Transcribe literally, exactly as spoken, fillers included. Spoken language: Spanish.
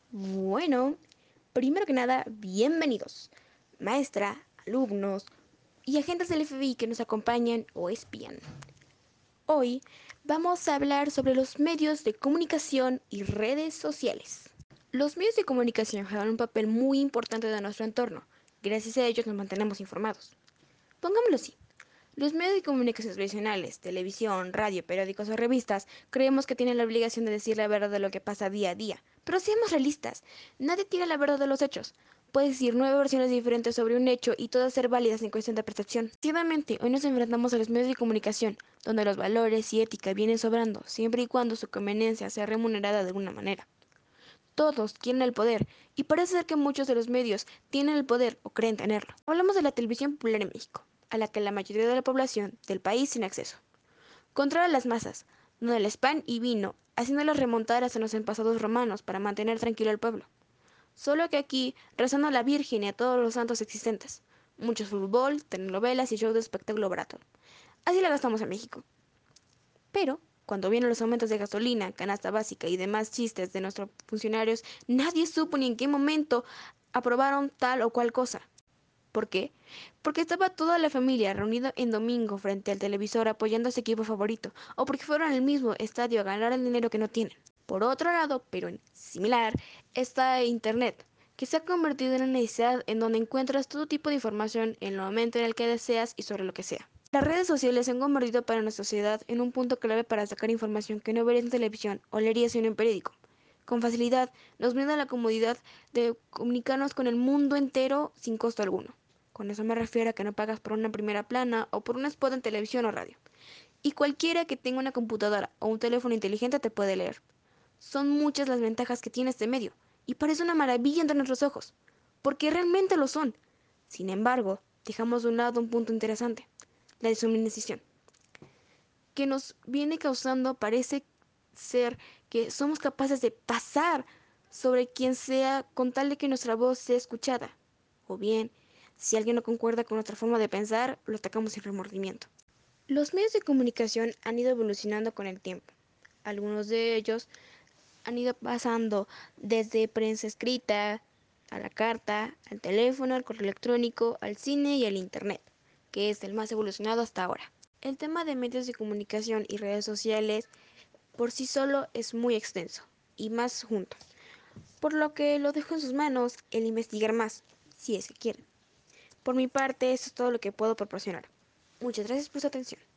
Bueno, primero que nada, bienvenidos, maestra, alumnos y agentes del F B I que nos acompañan o espían. Hoy vamos a hablar sobre los medios de comunicación y redes sociales. Los medios de comunicación juegan un papel muy importante de nuestro entorno. Gracias a ellos nos mantenemos informados. Pongámoslo así. Los medios de comunicación tradicionales, televisión, radio, periódicos o revistas, creemos que tienen la obligación de decir la verdad de lo que pasa día a día. Pero seamos realistas, nadie tiene la verdad de los hechos. Puedes decir nueve versiones diferentes sobre un hecho y todas ser válidas en cuestión de percepción. Desgraciadamente, hoy nos enfrentamos a los medios de comunicación, donde los valores y ética vienen sobrando, siempre y cuando su conveniencia sea remunerada de alguna manera. Todos quieren el poder, y parece ser que muchos de los medios tienen el poder o creen tenerlo. Hablamos de la televisión popular en México, a la que la mayoría de la población del país tiene acceso. Controla las masas, dándoles pan y vino, haciéndolas remontar hasta los pasados romanos para mantener tranquilo al pueblo. Solo que aquí rezando a la Virgen y a todos los santos existentes. Mucho fútbol, telenovelas y shows de espectáculo barato. Así la gastamos en México. Pero, cuando vienen los aumentos de gasolina, canasta básica y demás chistes de nuestros funcionarios, nadie supo ni en qué momento aprobaron tal o cual cosa. ¿Por qué? Porque estaba toda la familia reunida en domingo frente al televisor apoyando a su equipo favorito, o porque fueron al mismo estadio a ganar el dinero que no tienen. Por otro lado, pero en similar, está Internet, que se ha convertido en una necesidad en donde encuentras todo tipo de información en el momento en el que deseas y sobre lo que sea. Las redes sociales se han convertido para nuestra sociedad en un punto clave para sacar información que no verías en televisión o leerías en un periódico. Con facilidad nos brinda la comodidad de comunicarnos con el mundo entero sin costo alguno. Con eso me refiero a que no pagas por una primera plana o por un spot en televisión o radio. Y cualquiera que tenga una computadora o un teléfono inteligente te puede leer. Son muchas las ventajas que tiene este medio, y parece una maravilla entre nuestros ojos, porque realmente lo son. Sin embargo, dejamos de un lado un punto interesante, la deshumanización, que nos viene causando parece ser que somos capaces de pasar sobre quien sea con tal de que nuestra voz sea escuchada. O bien, si alguien no concuerda con nuestra forma de pensar, lo atacamos sin remordimiento. Los medios de comunicación han ido evolucionando con el tiempo. Algunos de ellos han ido pasando desde prensa escrita, a la carta, al teléfono, al correo electrónico, al cine y al internet, que es el más evolucionado hasta ahora. El tema de medios de comunicación y redes sociales por sí solo es muy extenso, y más junto, por lo que lo dejo en sus manos el investigar más, si es que quieren. Por mi parte, eso es todo lo que puedo proporcionar. Muchas gracias por su atención.